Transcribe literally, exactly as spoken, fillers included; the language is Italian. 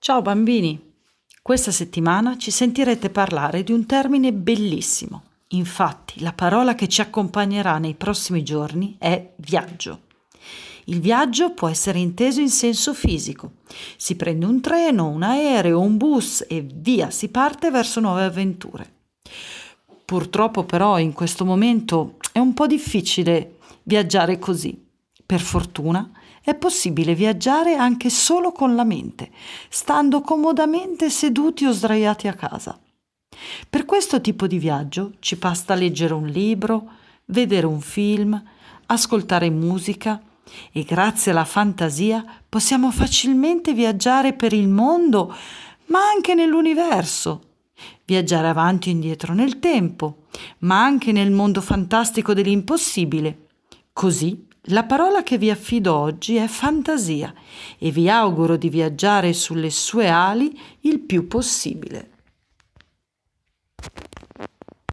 Ciao bambini! Questa settimana ci sentirete parlare di un termine bellissimo. Infatti, la parola che ci accompagnerà nei prossimi giorni è viaggio. Il viaggio può essere inteso in senso fisico. Si prende un treno, un aereo, un bus e via, si parte verso nuove avventure. Purtroppo però in questo momento è un po' difficile viaggiare così. Per fortuna è possibile viaggiare anche solo con la mente, stando comodamente seduti o sdraiati a casa. Per questo tipo di viaggio ci basta leggere un libro, vedere un film, ascoltare musica e grazie alla fantasia possiamo facilmente viaggiare per il mondo, ma anche nell'universo. Viaggiare avanti e indietro nel tempo, ma anche nel mondo fantastico dell'impossibile. Così la parola che vi affido oggi è fantasia e vi auguro di viaggiare sulle sue ali il più possibile.